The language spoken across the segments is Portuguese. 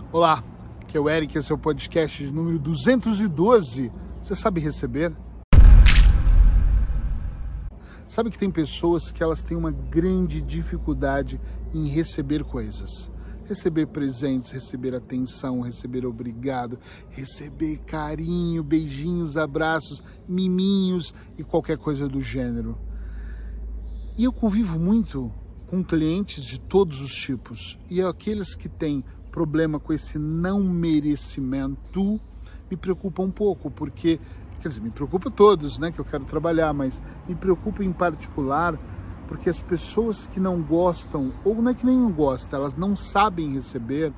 Olá, aqui é o Eric, esse é o podcast número 212. Você sabe receber? Sabe que tem pessoas que elas têm uma grande dificuldade em receber coisas. Receber presentes, receber atenção, receber obrigado, receber carinho, beijinhos, abraços, miminhos e qualquer coisa do gênero. E eu convivo muito com clientes de todos os tipos. E aqueles que têm problema com esse não merecimento me preocupa um pouco, porque, quer dizer, me preocupa todos, né, que eu quero trabalhar, mas me preocupa em particular porque as pessoas que não gostam, ou não é que nem não gostam, elas não sabem receber,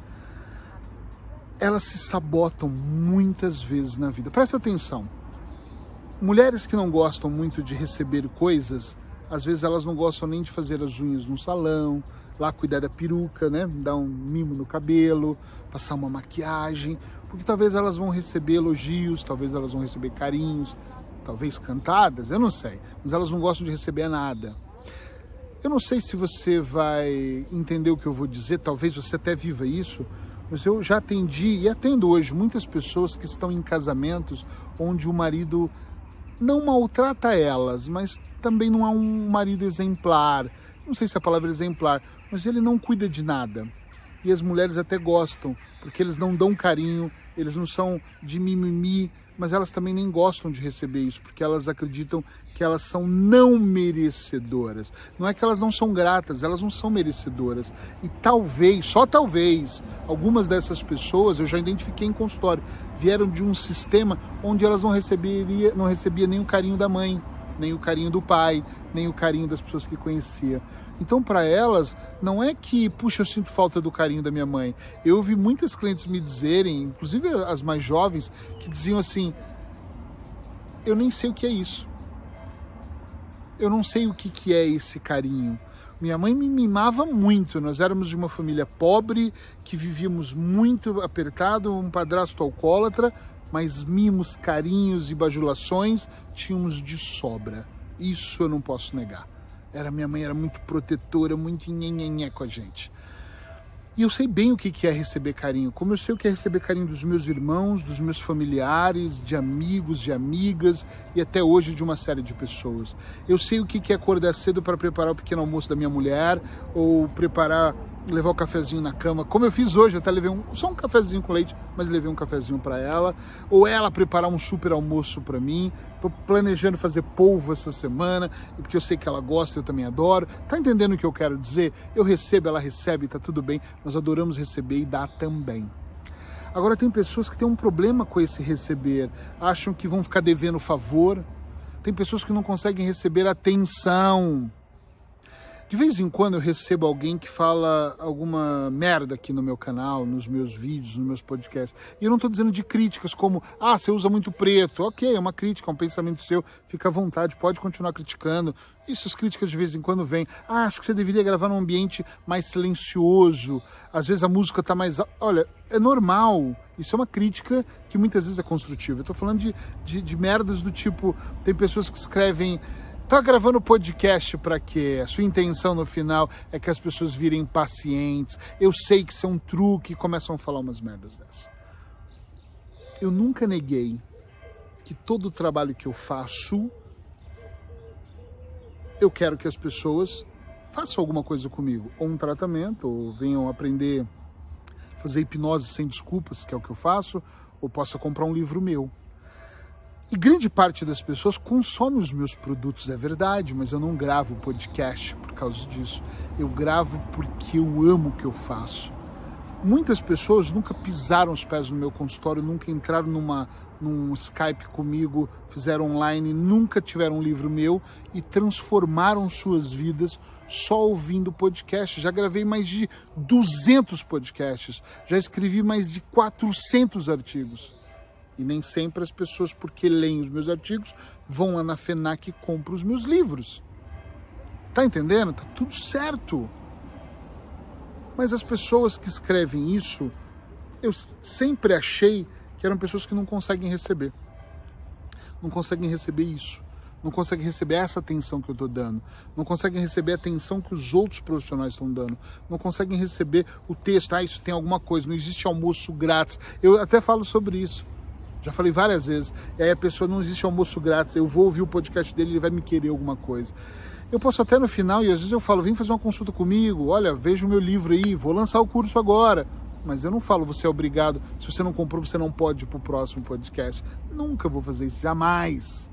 elas se sabotam muitas vezes na vida. Presta atenção, mulheres que não gostam muito de receber coisas, às vezes elas não gostam nem de fazer as unhas no salão, lá cuidar da peruca, né? Dar um mimo no cabelo, passar uma maquiagem, porque talvez elas vão receber elogios, talvez elas vão receber carinhos, talvez cantadas, eu não sei, mas elas não gostam de receber nada. Eu não sei se você vai entender o que eu vou dizer, talvez você até viva isso, mas eu já atendi e atendo hoje muitas pessoas que estão em casamentos onde o marido não maltrata elas, mas também não é um marido exemplar. Não sei se a palavra é exemplar, mas ele não cuida de nada. E as mulheres até gostam, porque eles não dão carinho, eles não são de mimimi, mas elas também nem gostam de receber isso, porque elas acreditam que elas são não merecedoras. Não é que elas não são gratas, elas não são merecedoras. E talvez, só talvez, algumas dessas pessoas, eu já identifiquei em consultório, vieram de um sistema onde elas não recebiam nem o carinho da mãe, nem o carinho do pai, nem o carinho das pessoas que conhecia. Então, para elas, não é que, puxa, eu sinto falta do carinho da minha mãe. Eu ouvi muitas clientes me dizerem, inclusive as mais jovens, que diziam assim, eu nem sei o que é isso. Eu não sei o que é esse carinho. Minha mãe me mimava muito, nós éramos de uma família pobre, que vivíamos muito apertado, um padrasto alcoólatra, mas mimos, carinhos e bajulações tínhamos de sobra. Isso eu não posso negar. Minha mãe era muito protetora, muito nhenhenhé com a gente. E eu sei bem o que é receber carinho, como eu sei o que é receber carinho dos meus irmãos, dos meus familiares, de amigos, de amigas e até hoje de uma série de pessoas. Eu sei o que é acordar cedo para preparar o pequeno almoço da minha mulher, ou levar o cafezinho na cama, como eu fiz hoje, até levei só um cafezinho com leite, mas levei um cafezinho para ela, ou ela preparar um super almoço para mim. Estou planejando fazer polvo essa semana, porque eu sei que ela gosta, eu também adoro. Tá entendendo o que eu quero dizer? Eu recebo, ela recebe, tá tudo bem, nós adoramos receber e dar também. Agora tem pessoas que têm um problema com esse receber, acham que vão ficar devendo favor, tem pessoas que não conseguem receber atenção. De vez em quando eu recebo alguém que fala alguma merda aqui no meu canal, nos meus vídeos, nos meus podcasts. E eu não estou dizendo de críticas como, você usa muito preto. Ok, é uma crítica, é um pensamento seu, fica à vontade, pode continuar criticando. Essas críticas de vez em quando vêm. Acho que você deveria gravar num ambiente mais silencioso. Às vezes a música está mais... Olha, é normal. Isso é uma crítica que muitas vezes é construtiva. Eu estou falando de merdas do tipo... Tem pessoas que escrevem... Tá gravando podcast para quê? A sua intenção no final é que as pessoas virem pacientes. Eu sei que isso é um truque e começam a falar umas merdas dessas. Eu nunca neguei que todo o trabalho que eu faço, eu quero que as pessoas façam alguma coisa comigo. Ou um tratamento, ou venham aprender a fazer hipnose sem desculpas, que é o que eu faço, ou possa comprar um livro meu. E grande parte das pessoas consome os meus produtos, é verdade, mas eu não gravo podcast por causa disso. Eu gravo porque eu amo o que eu faço. Muitas pessoas nunca pisaram os pés no meu consultório, nunca entraram num Skype comigo, fizeram online, nunca tiveram um livro meu e transformaram suas vidas só ouvindo podcast. Já gravei mais de 200 podcasts, já escrevi mais de 400 artigos. E nem sempre as pessoas, porque leem os meus artigos, vão lá na FENAC e compram os meus livros. Tá entendendo? Tá tudo certo. Mas as pessoas que escrevem isso, eu sempre achei que eram pessoas que não conseguem receber. Não conseguem receber isso. não conseguem receber essa atenção que eu estou dando, não conseguem receber a atenção que os outros profissionais estão dando, não conseguem receber o texto, isso tem alguma coisa, não existe almoço grátis. Eu até falo sobre isso, já falei várias vezes, e aí a pessoa, não existe almoço grátis, eu vou ouvir o podcast dele, ele vai me querer alguma coisa. Eu posso até no final, e às vezes eu falo, vem fazer uma consulta comigo, olha, veja o meu livro aí, vou lançar o curso agora. Mas eu não falo, você é obrigado, se você não comprou, você não pode ir para o próximo podcast. Nunca vou fazer isso, jamais.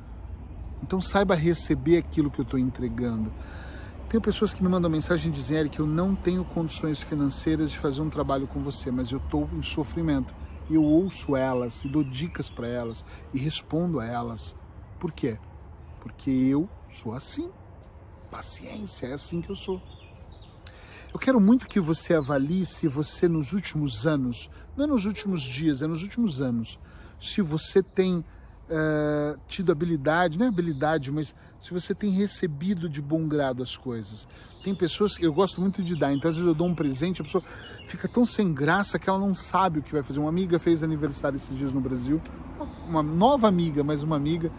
Então saiba receber aquilo que eu estou entregando. Tem pessoas que me mandam mensagem dizendo que eu não tenho condições financeiras de fazer um trabalho com você, mas eu estou em sofrimento. E eu ouço elas, e dou dicas para elas, e respondo a elas. Por quê? Porque eu sou assim. Paciência, é assim que eu sou. Eu quero muito que você avalie se você nos últimos anos, não é nos últimos dias, é nos últimos anos, se você tem tido habilidade, não é habilidade, mas se você tem recebido de bom grado as coisas. Tem pessoas que eu gosto muito de dar, então às vezes eu dou um presente, a pessoa fica tão sem graça que ela não sabe o que vai fazer. Uma amiga fez aniversário esses dias no Brasil, uma nova amiga, mas uma amiga,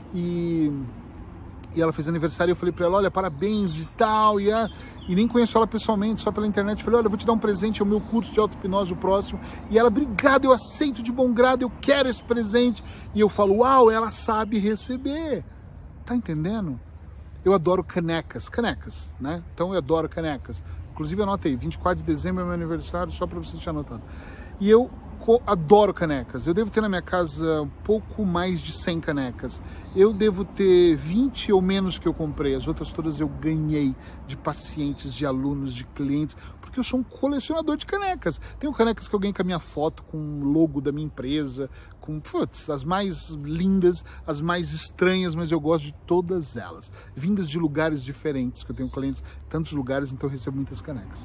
e ela fez aniversário e eu falei pra ela, olha, parabéns e tal, e nem conheço ela pessoalmente, só pela internet. Eu falei, olha, eu vou te dar um presente, é o meu curso de auto-hipnose, o próximo. E ela, obrigado, eu aceito de bom grado, eu quero esse presente. E eu falo, uau, ela sabe receber. Tá entendendo? Eu adoro canecas, né? Então eu adoro canecas. Inclusive anotei, 24 de dezembro é meu aniversário, só pra você deixar anotando. E eu adoro canecas. Eu devo ter na minha casa um pouco mais de 100 canecas. Eu devo ter 20 ou menos que eu comprei. As outras todas eu ganhei de pacientes, de alunos, de clientes, porque eu sou um colecionador de canecas. Tenho canecas que eu ganhei com a minha foto, com o logo da minha empresa, com as mais lindas, as mais estranhas, mas eu gosto de todas elas. Vindas de lugares diferentes, que eu tenho clientes em tantos lugares, então eu recebo muitas canecas.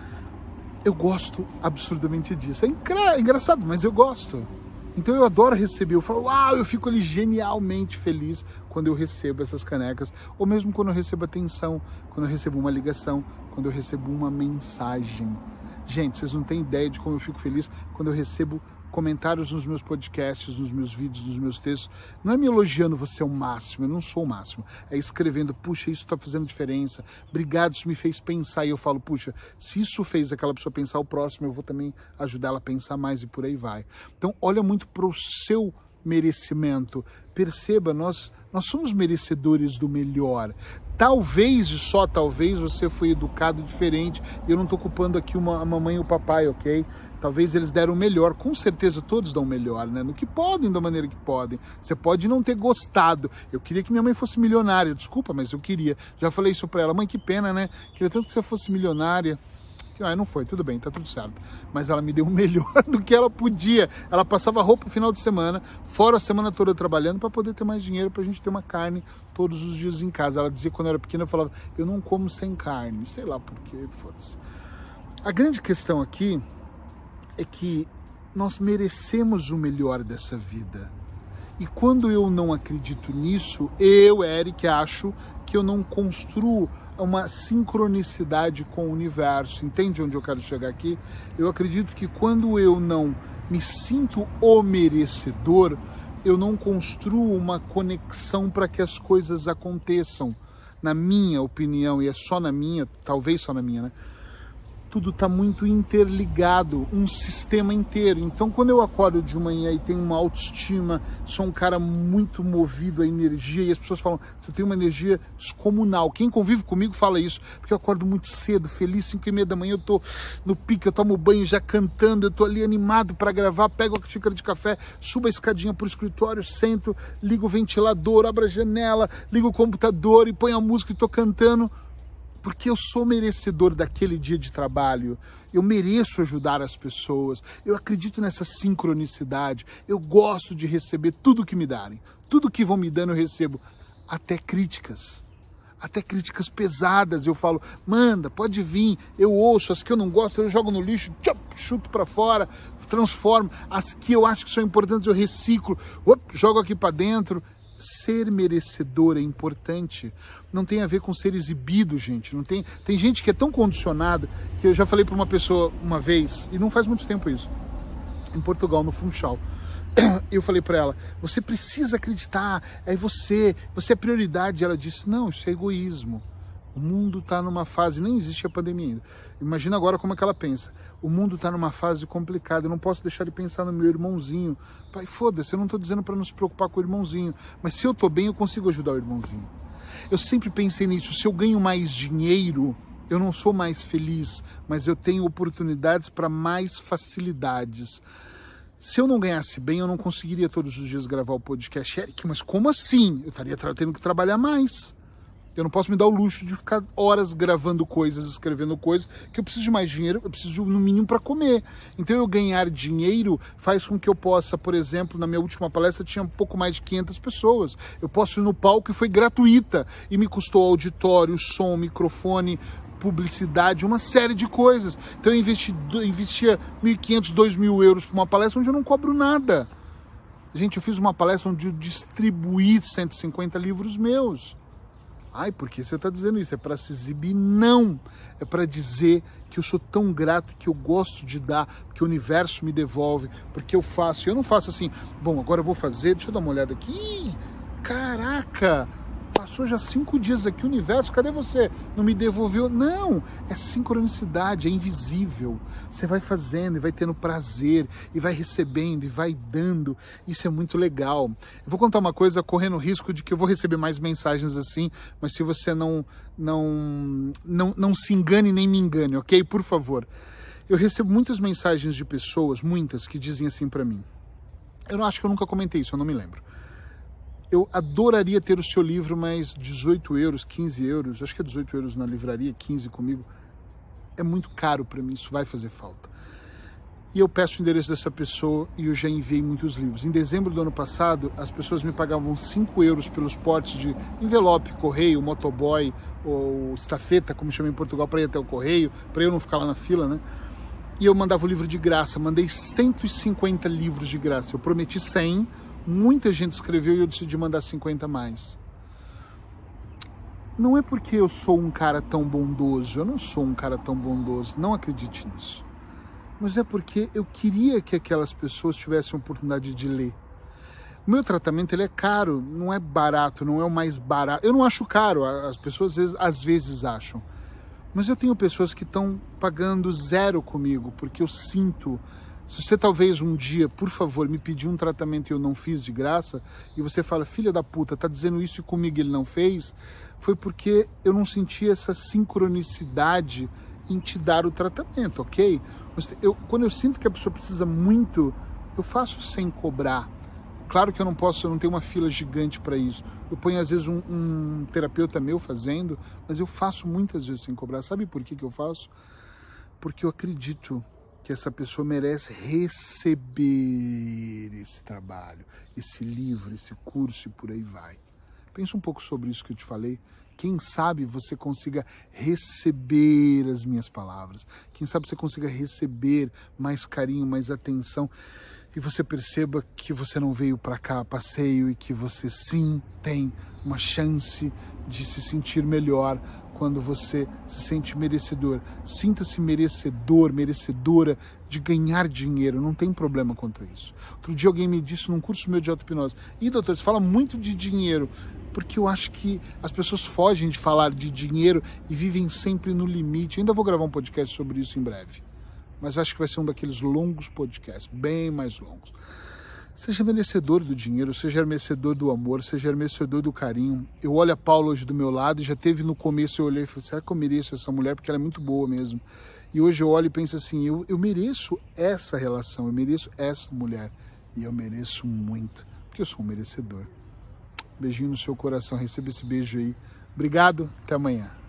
Eu gosto absurdamente disso. É engraçado, mas eu gosto. Então eu adoro receber. Eu falo, uau, eu fico ali genialmente feliz quando eu recebo essas canecas. Ou mesmo quando eu recebo atenção, quando eu recebo uma ligação, quando eu recebo uma mensagem. Gente, vocês não têm ideia de como eu fico feliz quando eu recebo comentários nos meus podcasts, nos meus vídeos, nos meus textos. Não é me elogiando, você é o máximo, eu não sou o máximo. É escrevendo, puxa, isso está fazendo diferença, obrigado, isso me fez pensar. E eu falo, puxa, se isso fez aquela pessoa pensar, o próximo eu vou também ajudar ela a pensar mais, e por aí vai. Então olha muito para o seu merecimento. Perceba, nós somos merecedores do melhor. Talvez e só talvez você foi educado diferente, e eu não estou culpando aqui a mamãe e o papai, ok? Talvez eles deram o melhor, com certeza todos dão o melhor, né? No que podem, da maneira que podem. Você pode não ter gostado. Eu queria que minha mãe fosse milionária, desculpa, mas eu queria. Já falei isso para ela, mãe, que pena, né? Queria tanto que você fosse milionária. Não foi, tudo bem, tá tudo certo. Mas ela me deu o melhor do que ela podia. Ela passava roupa no final de semana, fora a semana toda trabalhando, para poder ter mais dinheiro, pra gente ter uma carne todos os dias em casa. Ela dizia, quando eu era pequena, eu falava, eu não como sem carne. Sei lá por quê, foda-se. A grande questão aqui é que nós merecemos o melhor dessa vida. E quando eu não acredito nisso, eu, Eric, acho que eu não construo uma sincronicidade com o universo. Entende onde eu quero chegar aqui? Eu acredito que quando eu não me sinto o merecedor, eu não construo uma conexão para que as coisas aconteçam. Na minha opinião, e é só na minha, talvez só na minha, né? Tudo está muito interligado, um sistema inteiro. Então, quando eu acordo de manhã e tenho uma autoestima, sou um cara muito movido à energia, e as pessoas falam, você tem uma energia descomunal. Quem convive comigo fala isso, porque eu acordo muito cedo, feliz, 5h30 da manhã, eu tô no pique, eu tomo banho já cantando, eu tô ali animado para gravar, pego a xícara de café, subo a escadinha pro escritório, sento, ligo o ventilador, abro a janela, ligo o computador e ponho a música e tô cantando. Porque eu sou merecedor daquele dia de trabalho, eu mereço ajudar as pessoas, eu acredito nessa sincronicidade, eu gosto de receber tudo que me darem, tudo que vão me dando eu recebo, até críticas pesadas, eu falo, manda, pode vir, eu ouço, as que eu não gosto eu jogo no lixo, chuto para fora, transformo, as que eu acho que são importantes eu reciclo, jogo aqui para dentro. Ser merecedor é importante, não tem a ver com ser exibido, gente. Não tem gente que é tão condicionada, que eu já falei para uma pessoa uma vez, e não faz muito tempo isso, em Portugal, no Funchal. Eu falei para ela, você precisa acreditar, você é prioridade. Ela disse, não, isso é egoísmo. O mundo está numa fase, nem existe a pandemia ainda. Imagina agora como é que ela pensa. O mundo está numa fase complicada, eu não posso deixar de pensar no meu irmãozinho. Pai, foda-se, eu não estou dizendo para não se preocupar com o irmãozinho, mas se eu estou bem, eu consigo ajudar o irmãozinho. Eu sempre pensei nisso, se eu ganho mais dinheiro, eu não sou mais feliz, mas eu tenho oportunidades para mais facilidades. Se eu não ganhasse bem, eu não conseguiria todos os dias gravar o podcast. Eric, mas como assim? Eu estaria tendo que trabalhar mais. Eu não posso me dar o luxo de ficar horas gravando coisas, escrevendo coisas, que eu preciso de mais dinheiro, eu preciso no mínimo para comer. Então eu ganhar dinheiro faz com que eu possa, por exemplo, na minha última palestra tinha um pouco mais de 500 pessoas. Eu posso ir no palco e foi gratuita. E me custou auditório, som, microfone, publicidade, uma série de coisas. Então eu investia 1.500, 2.000 euros para uma palestra onde eu não cobro nada. Gente, eu fiz uma palestra onde eu distribuí 150 livros meus. Ai, por que você está dizendo isso? É para se exibir? Não! É para dizer que eu sou tão grato, que eu gosto de dar, que o universo me devolve, porque eu faço. Eu não faço assim, bom, agora eu vou fazer, deixa eu dar uma olhada aqui. Ih, caraca! Passou já 5 dias aqui, o universo, cadê você? Não me devolveu? Não, é sincronicidade, é invisível. Você vai fazendo e vai tendo prazer, e vai recebendo, e vai dando. Isso é muito legal. Eu vou contar uma coisa, correndo o risco de que eu vou receber mais mensagens assim, mas se você não se engane nem me engane, ok? Por favor. Eu recebo muitas mensagens de pessoas, muitas, que dizem assim pra mim. Eu não acho que eu nunca comentei isso, eu não me lembro. Eu adoraria ter o seu livro, mas 18 euros, 15 euros, acho que é 18 euros na livraria, 15 comigo, é muito caro para mim, isso vai fazer falta. E eu peço o endereço dessa pessoa e eu já enviei muitos livros. Em dezembro do ano passado, as pessoas me pagavam 5 euros pelos portes de envelope, correio, motoboy, ou estafeta, como chama em Portugal, para ir até o correio, para eu não ficar lá na fila, né? E eu mandava o livro de graça, mandei 150 livros de graça, eu prometi 100, muita gente escreveu e eu decidi mandar 50 mais. Não é porque eu sou um cara tão bondoso, eu não sou um cara tão bondoso, não acredite nisso. Mas é porque eu queria que aquelas pessoas tivessem a oportunidade de ler. O meu tratamento ele é caro, não é barato, não é o mais barato. Eu não acho caro, as pessoas às vezes acham. Mas eu tenho pessoas que estão pagando 0 comigo, porque eu sinto... Se você talvez um dia, por favor, me pedir um tratamento e eu não fiz de graça, e você fala, filha da puta, tá dizendo isso e comigo ele não fez, foi porque eu não senti essa sincronicidade em te dar o tratamento, ok? Quando eu sinto que a pessoa precisa muito, eu faço sem cobrar. Claro que eu não tenho uma fila gigante para isso. Eu ponho às vezes um terapeuta meu fazendo, mas eu faço muitas vezes sem cobrar. Sabe por que eu faço? Porque eu acredito que essa pessoa merece receber esse trabalho, esse livro, esse curso e por aí vai. Pensa um pouco sobre isso que eu te falei. Quem sabe você consiga receber as minhas palavras. Quem sabe você consiga receber mais carinho, mais atenção. E você perceba que você não veio para cá a passeio e que você sim tem uma chance de se sentir melhor quando você se sente merecedor. Sinta-se merecedor, merecedora de ganhar dinheiro, não tem problema quanto a isso. Outro dia alguém me disse num curso meu de auto-hipnose, e doutor, você fala muito de dinheiro, porque eu acho que as pessoas fogem de falar de dinheiro e vivem sempre no limite. Eu ainda vou gravar um podcast sobre isso em breve, mas acho que vai ser um daqueles longos podcasts, bem mais longos. Seja merecedor do dinheiro, seja merecedor do amor, seja merecedor do carinho. Eu olho a Paula hoje do meu lado e já teve no começo, eu olhei e falei, será que eu mereço essa mulher? Porque ela é muito boa mesmo. E hoje eu olho e penso assim, eu mereço essa relação, eu mereço essa mulher. E eu mereço muito, porque eu sou um merecedor. Beijinho no seu coração, receba esse beijo aí. Obrigado, até amanhã.